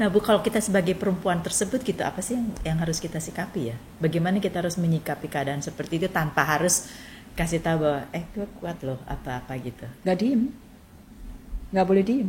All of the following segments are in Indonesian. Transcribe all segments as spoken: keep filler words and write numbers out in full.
Nah Bu, kalau kita sebagai perempuan tersebut gitu, apa sih yang, yang harus kita sikapi ya? Bagaimana kita harus menyikapi keadaan seperti itu tanpa harus kasih tahu bahwa eh gue kuat loh apa-apa gitu? Nggak diem, nggak boleh diem.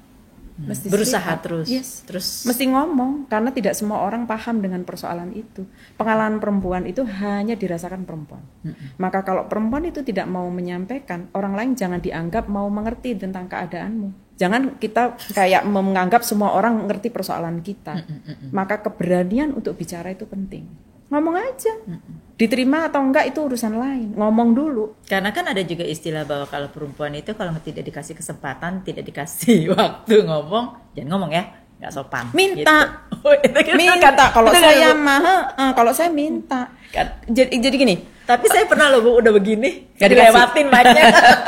Mesti Berusaha speak up. terus, Yes. terus Mesti ngomong, karena tidak semua orang paham dengan persoalan itu. Pengalaman perempuan itu hanya dirasakan perempuan. Mm-mm. Maka kalau perempuan itu tidak mau menyampaikan, orang lain jangan dianggap mau mengerti tentang keadaanmu. Jangan kita kayak menganggap semua orang mengerti persoalan kita. Mm-mm. Maka keberanian untuk bicara itu penting. Ngomong aja. Mm-mm. Diterima atau enggak itu urusan lain. Ngomong dulu. Karena kan ada juga istilah bahwa kalau perempuan itu kalau tidak dikasih kesempatan, tidak dikasih waktu ngomong, jangan ngomong ya, nggak sopan. Minta. Gitu. Oh, itu kan- Minta kalau itu kan, saya Bu. mah, eh, kalau saya minta. Kan. Jadi, jadi gini. Tapi saya pernah loh Bu, udah begini, Nggak dilewatin mic-nya.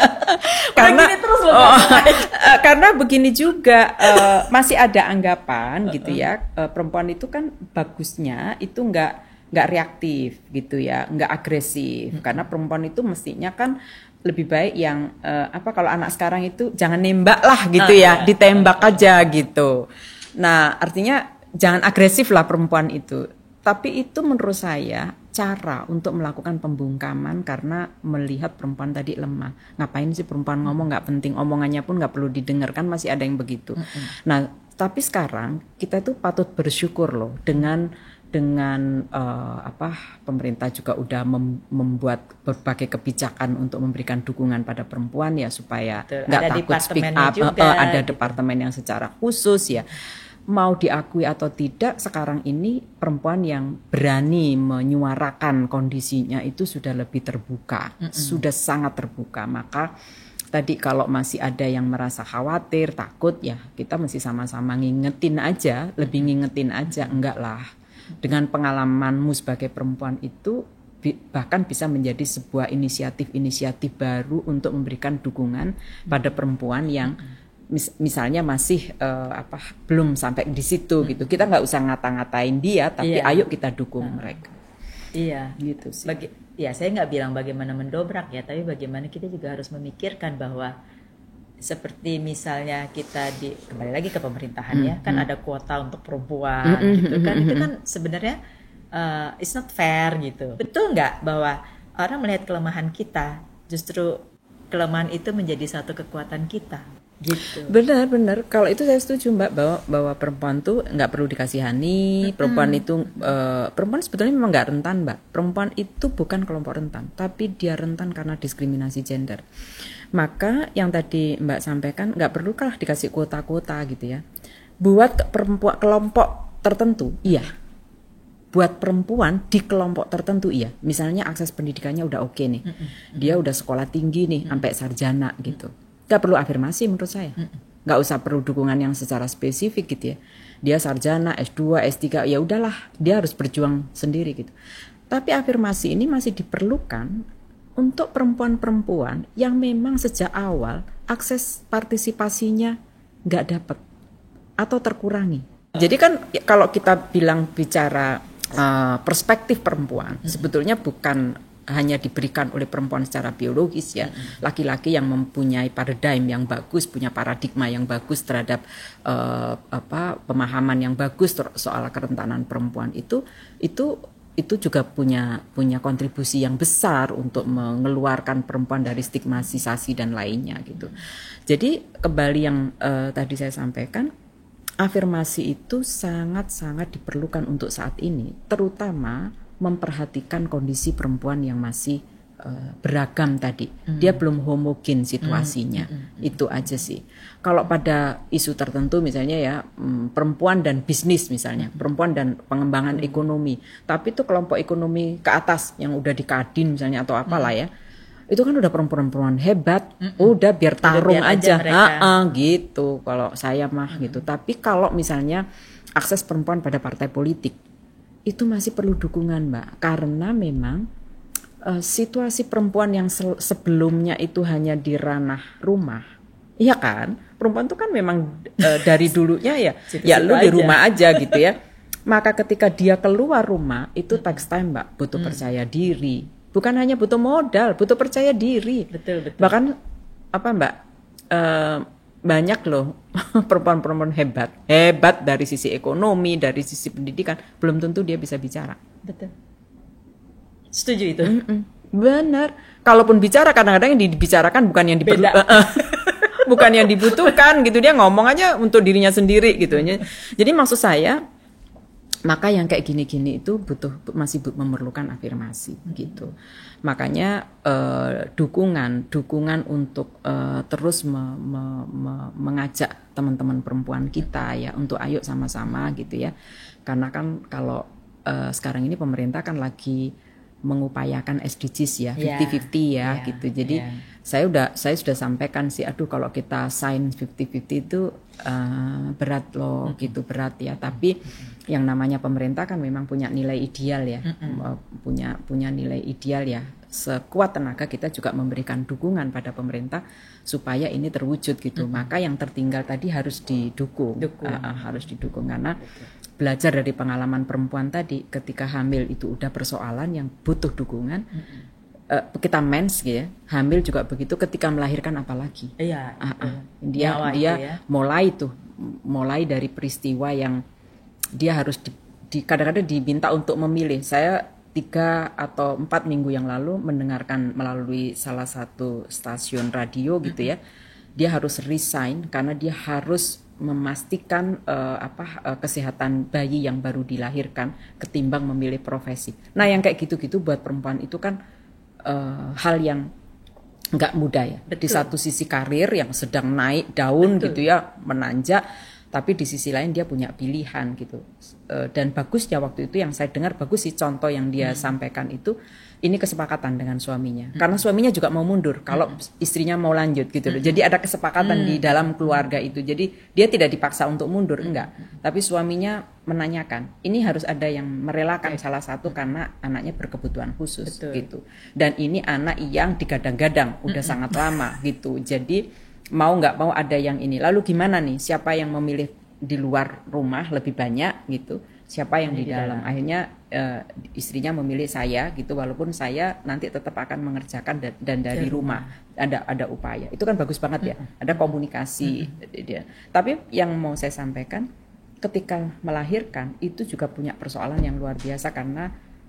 karena Udah gini terus loh. oh, mic. eh, karena begini juga eh, masih ada anggapan gitu ya, eh, perempuan itu kan bagusnya itu nggak nggak reaktif gitu ya, nggak agresif. Hmm. Karena perempuan itu mestinya kan lebih baik yang eh, apa kalau anak sekarang itu jangan nembak lah gitu Nah, ya, ya. ditembak aja gitu. Nah artinya jangan agresif lah perempuan itu. Tapi itu menurut saya cara untuk melakukan pembungkaman karena melihat perempuan tadi lemah. Ngapain sih perempuan ngomong, nggak penting, omongannya pun nggak perlu didengarkan, masih ada yang begitu. Mm-hmm. Nah, tapi sekarang kita tuh patut bersyukur loh dengan dengan uh, apa pemerintah juga udah mem- membuat berbagai kebijakan untuk memberikan dukungan pada perempuan ya supaya nggak takut speak up. Juga, uh, uh, ada gitu. departemen yang secara khusus ya. Mau diakui atau tidak, sekarang ini perempuan yang berani menyuarakan kondisinya itu sudah lebih terbuka, mm-hmm. sudah sangat terbuka. Maka tadi kalau masih ada yang merasa khawatir, takut, ya kita mesti sama-sama ngingetin aja, lebih ngingetin aja, enggak lah. Dengan pengalamanmu sebagai perempuan itu bahkan bisa menjadi sebuah inisiatif-inisiatif baru untuk memberikan dukungan pada perempuan yang Mis- misalnya masih uh, apa belum sampai di situ hmm. gitu. Kita nggak usah ngata-ngatain dia, tapi iya. ayo kita dukung hmm. mereka. Iya, gitu sih. Bagi, ya saya nggak bilang bagaimana mendobrak ya, tapi bagaimana kita juga harus memikirkan bahwa seperti misalnya kita di kembali lagi ke pemerintahan hmm. ya, kan hmm. ada kuota untuk perempuan hmm. gitu kan, hmm. itu kan sebenarnya uh, it's not fair gitu. Betul nggak bahwa orang melihat kelemahan kita, justru kelemahan itu menjadi satu kekuatan kita? Gitu. Benar-benar kalau itu saya setuju Mbak bahwa bahwa perempuan tuh nggak perlu dikasihani. Mm-hmm. Perempuan itu uh, perempuan sebetulnya memang nggak rentan Mbak. Perempuan itu bukan kelompok rentan, tapi dia rentan karena diskriminasi gender. Maka yang tadi Mbak sampaikan nggak perlulah dikasih kuota-kuota gitu ya. Buat perempuan kelompok tertentu, iya. Buat perempuan di kelompok tertentu iya. Misalnya akses pendidikannya udah oke okay nih, mm-hmm. dia udah sekolah tinggi nih, mm-hmm. sampai sarjana gitu. Gak perlu afirmasi menurut saya. Gak usah perlu dukungan yang secara spesifik gitu ya. Dia sarjana, S dua, S tiga, ya udahlah, dia harus berjuang sendiri gitu. Tapi afirmasi ini masih diperlukan untuk perempuan-perempuan yang memang sejak awal akses partisipasinya gak dapat atau terkurangi. Jadi kan kalau kita bilang bicara uh, perspektif perempuan, hmm. sebetulnya bukan hanya diberikan oleh perempuan secara biologis ya, mm-hmm. laki-laki yang mempunyai paradigm yang bagus, punya paradigma yang bagus terhadap uh, apa pemahaman yang bagus ter- soal kerentanan perempuan itu itu itu juga punya punya kontribusi yang besar untuk mengeluarkan perempuan dari stigmatisasi dan lainnya gitu. Jadi kembali yang uh, tadi saya sampaikan, afirmasi itu sangat-sangat diperlukan untuk saat ini, terutama memperhatikan kondisi perempuan yang masih uh, beragam tadi. Mm. Dia belum homogen situasinya. Mm. Mm. Itu aja sih. Kalau pada isu tertentu misalnya ya um, perempuan dan bisnis misalnya, mm. perempuan dan pengembangan mm. ekonomi. Tapi itu kelompok ekonomi ke atas yang udah di Kadin misalnya atau apalah mm. ya. Itu kan udah perempuan-perempuan hebat. Mm. Udah biar tarung udah biar aja. aja ha, gitu. Kalau saya mah mm. gitu. Tapi kalau misalnya akses perempuan pada partai politik itu masih perlu dukungan Mbak, karena memang uh, situasi perempuan yang se- sebelumnya itu hanya di ranah rumah, iya kan, perempuan itu kan memang uh, dari dulunya ya, ya lu di rumah aja gitu ya, maka ketika dia keluar rumah itu takes time Mbak, butuh hmm. percaya diri, bukan hanya butuh modal, butuh percaya diri, betul betul, bahkan apa Mbak, uh, banyak loh perempuan-perempuan hebat, hebat dari sisi ekonomi, dari sisi pendidikan, belum tentu dia bisa bicara. Betul. Setuju itu. Mm-mm. Benar. Kalaupun bicara kadang-kadang yang dibicarakan bukan yang diperlukan, bukan yang dibutuhkan gitu, dia ngomong aja untuk dirinya sendiri gitu. Jadi maksud saya, maka yang kayak gini-gini itu butuh masih memerlukan afirmasi gitu. Makanya eh, dukungan, dukungan untuk eh, terus me, me, me, mengajak teman-teman perempuan kita ya untuk ayo sama-sama gitu ya. Karena kan kalau eh, sekarang ini pemerintah kan lagi mengupayakan S D Gs ya, fifty fifty ya yeah, gitu. Jadi yeah. saya udah saya sudah sampaikan sih, aduh kalau kita sign fifty fifty itu uh, berat loh mm-hmm. gitu, berat ya. Tapi mm-hmm. yang namanya pemerintah kan memang punya nilai ideal ya, mm-hmm. uh, punya punya nilai ideal ya. Sekuat tenaga kita juga memberikan dukungan pada pemerintah supaya ini terwujud gitu. Mm-hmm. Maka yang tertinggal tadi harus didukung, uh, uh, harus didukung karena belajar dari pengalaman perempuan tadi, ketika hamil itu udah persoalan yang butuh dukungan. Mm-hmm. Uh, kita mens gitu ya, hamil juga begitu, ketika melahirkan apalagi. Iya. Uh, uh, dia Nyawa dia ya. mulai tuh, mulai dari peristiwa yang dia harus di, di, kadang-kadang diminta untuk memilih. Saya tiga atau empat minggu yang lalu mendengarkan melalui salah satu stasiun radio gitu ya, dia harus resign karena dia harus memastikan uh, apa uh, kesehatan bayi yang baru dilahirkan ketimbang memilih profesi. Nah yang kayak gitu-gitu buat perempuan itu kan uh, hal yang nggak mudah ya. Betul. Di satu sisi karir yang sedang naik daun. Betul. Gitu ya, menanjak, tapi di sisi lain dia punya pilihan gitu. Uh, dan bagusnya waktu itu yang saya dengar bagus sih contoh yang dia hmm. sampaikan itu, ini kesepakatan dengan suaminya. Hmm. Karena suaminya juga mau mundur kalau hmm. istrinya mau lanjut gitu loh. Hmm. Jadi ada kesepakatan hmm. di dalam keluarga itu. Jadi dia tidak dipaksa untuk mundur, hmm. enggak. Tapi suaminya menanyakan, ini harus ada yang merelakan okay. salah satu karena anaknya berkebutuhan khusus. Betul. Gitu. Dan ini anak yang digadang-gadang udah hmm. sangat lama gitu. Jadi mau nggak mau ada yang ini. Lalu gimana nih? Siapa yang memilih di luar rumah lebih banyak gitu? Siapa yang di, di dalam? dalam? Akhirnya uh, istrinya memilih saya gitu, walaupun saya nanti tetap akan mengerjakan dan, dan dari rumah. rumah ada ada upaya. Itu kan bagus banget ya. Ada komunikasi. Dia. Tapi yang mau saya sampaikan, ketika melahirkan itu juga punya persoalan yang luar biasa karena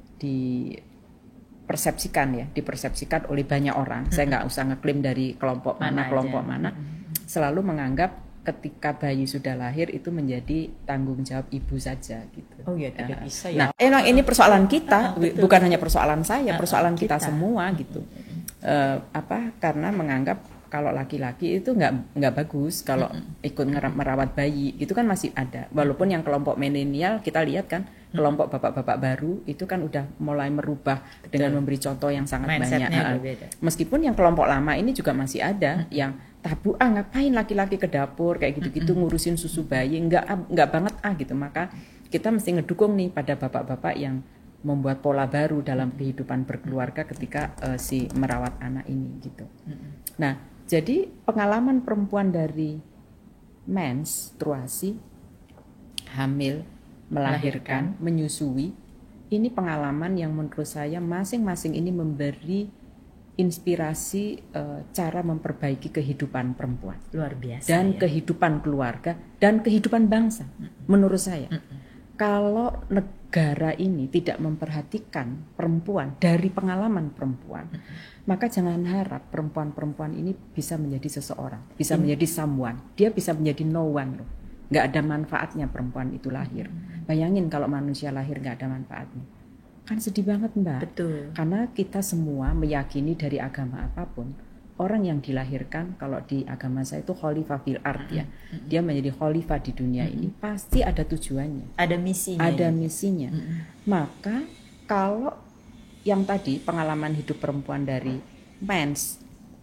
di persepsikan ya, dipersepsikan oleh banyak orang. Saya nggak usah ngeklaim dari kelompok mana, mana kelompok aja. mana. Selalu menganggap ketika bayi sudah lahir itu menjadi tanggung jawab ibu saja gitu. Oh iya, tidak uh, bisa ya. Nah, emang ini persoalan kita, uh, bukan hanya persoalan saya, persoalan uh, kita. kita semua gitu. Uh, apa? Karena menganggap kalau laki-laki itu nggak nggak bagus kalau mm-hmm. ikut merawat bayi, itu kan masih ada. Walaupun yang kelompok milenial kita lihat kan, kelompok bapak-bapak baru itu kan udah mulai merubah. Betul. Dengan memberi contoh yang sangat banyak. Berbeda. Meskipun yang kelompok lama ini juga masih ada mm-hmm. yang tabu, ah ngapain laki-laki ke dapur kayak gitu-gitu mm-hmm. ngurusin susu bayi, nggak nggak banget ah gitu. Maka kita mesti ngedukung nih pada bapak-bapak yang membuat pola baru dalam kehidupan berkeluarga ketika uh, si merawat anak ini gitu. Mm-hmm. Nah, jadi pengalaman perempuan dari menstruasi, hamil, melahirkan, melahirkan, menyusui, ini pengalaman yang menurut saya masing-masing ini memberi inspirasi uh, cara memperbaiki kehidupan perempuan. Luar biasa. Dan ya. kehidupan keluarga dan kehidupan bangsa. Mm-mm. Menurut saya. Mm-mm. Kalau negara ini tidak memperhatikan perempuan dari pengalaman perempuan, mm-hmm. maka jangan harap perempuan-perempuan ini bisa menjadi seseorang, bisa mm-hmm. menjadi someone. Dia bisa menjadi no one loh. Nggak ada manfaatnya perempuan itu lahir. Mm-hmm. Bayangin kalau manusia lahir nggak ada manfaatnya. Kan sedih banget Mbak. Betul. Karena kita semua meyakini dari agama apapun, orang yang dilahirkan, kalau di agama saya itu khalifah fil ard ya, mm-hmm. dia menjadi khalifah di dunia mm-hmm. ini pasti ada tujuannya, ada misinya, ada ya. misinya. Mm-hmm. Maka kalau yang tadi pengalaman hidup perempuan dari mens,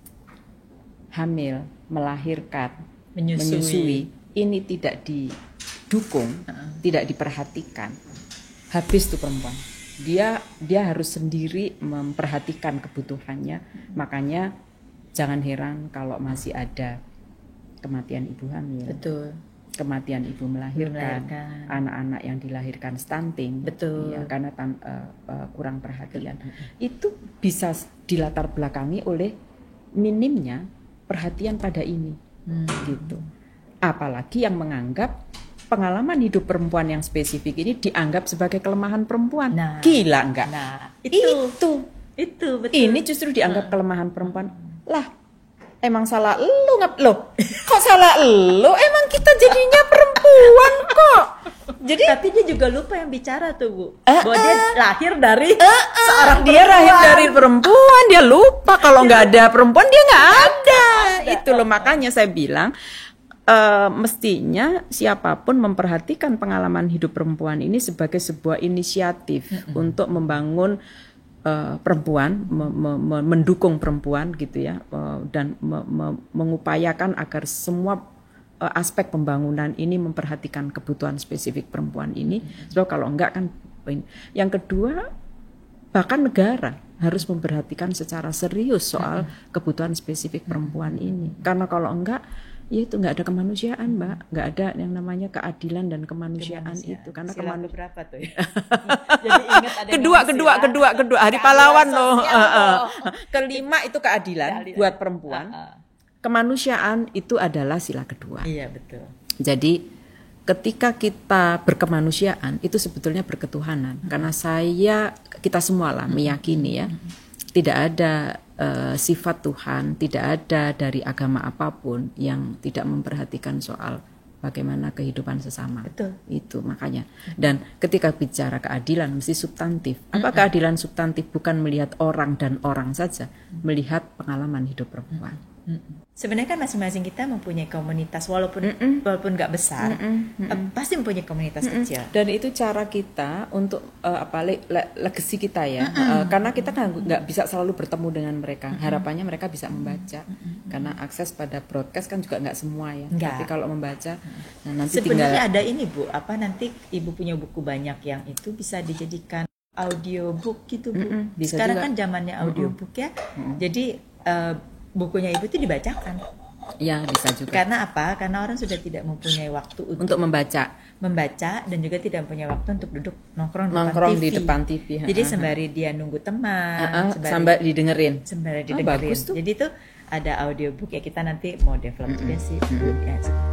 hamil, melahirkan, menyusui, menyusui ini tidak didukung, uh-uh. tidak diperhatikan, habis tuh perempuan. Dia dia harus sendiri memperhatikan kebutuhannya, mm-hmm. makanya jangan heran kalau masih ada kematian ibu hamil. Betul. Kematian ibu melahirkan, melahirkan. Anak-anak yang dilahirkan stunting. Betul. Ya, karena tan, uh, uh, kurang perhatian. Betul. Itu bisa dilatar belakangi oleh minimnya perhatian pada ini. hmm. gitu. Apalagi yang menganggap pengalaman hidup perempuan yang spesifik ini dianggap sebagai kelemahan perempuan. Nah, gila enggak? Nah, itu itu, itu betul. Ini justru dianggap kelemahan perempuan. Lah, emang salah lu nggak lo? Kok salah lu? Emang kita jadinya perempuan kok. Jadi tapi dia juga lupa yang bicara tuh Bu. Uh, Bahwa dia uh, lahir dari uh, uh, seorang dia perempuan. lahir dari perempuan. Dia lupa kalau nggak ada perempuan dia nggak ada. Itu loh makanya saya bilang. Uh, mestinya siapapun memperhatikan pengalaman hidup perempuan ini sebagai sebuah inisiatif mm-hmm. untuk membangun uh, perempuan, me- me- mendukung perempuan gitu ya, uh, dan me- me- mengupayakan agar semua uh, aspek pembangunan ini memperhatikan kebutuhan spesifik perempuan ini. Mm-hmm. Sebab kalau enggak kan, yang kedua bahkan negara harus memperhatikan secara serius soal mm-hmm. kebutuhan spesifik perempuan ini, karena kalau enggak ya itu nggak ada kemanusiaan, Mbak, nggak ada yang namanya keadilan dan kemanusiaan, kemanusiaan. Itu karena kemanusiaan berapa tuh ya? Jadi ingat ada kedua kedua kedua kedua hari pahlawan loh. Uh, uh. Kelima itu keadilan keadilan buat perempuan. Uh, uh. Kemanusiaan itu adalah sila kedua. Iya betul. Jadi ketika kita berkemanusiaan itu sebetulnya berketuhanan, hmm. karena saya kita semua lah meyakini ya. Hmm. Tidak ada uh, sifat Tuhan, tidak ada dari agama apapun yang tidak memperhatikan soal bagaimana kehidupan sesama. Betul. Itu makanya. Dan ketika bicara keadilan mesti substantif. Apa keadilan substantif? Bukan melihat orang dan orang saja, melihat pengalaman hidup perempuan. Sebenarnya kan masing-masing kita mempunyai komunitas walaupun Mm-mm. walaupun nggak besar, Mm-mm. Uh, pasti mempunyai komunitas Mm-mm. kecil. Dan itu cara kita untuk uh, apa le- le- legacy kita ya, uh, karena kita kan nggak bisa selalu bertemu dengan mereka. Mm-mm. Harapannya mereka bisa membaca, Mm-mm. karena akses pada broadcast kan juga nggak semua ya. Nggak. Tapi kalau membaca, nah nanti sebenarnya tinggal... ada ini Bu, apa nanti Ibu punya buku banyak yang itu bisa dijadikan audiobook gitu Bu. Mm-mm. Bisa Sekarang juga. kan zamannya audiobook ya, Mm-mm. jadi uh, bukunya Ibu itu dibacakan. Ya, bisa juga. Karena apa? Karena orang sudah tidak mempunyai waktu untuk, untuk membaca, membaca dan juga tidak mempunyai waktu untuk duduk nongkrong, nongkrong di depan T V. Jadi uh-huh. sembari dia nunggu teman, uh-huh. sembari, sambil didengerin. Sembari didengerin. Oh, bagus tuh. Jadi itu ada audiobook ya, kita nanti mau develop mm-hmm. juga sih. Mm-hmm. Ya,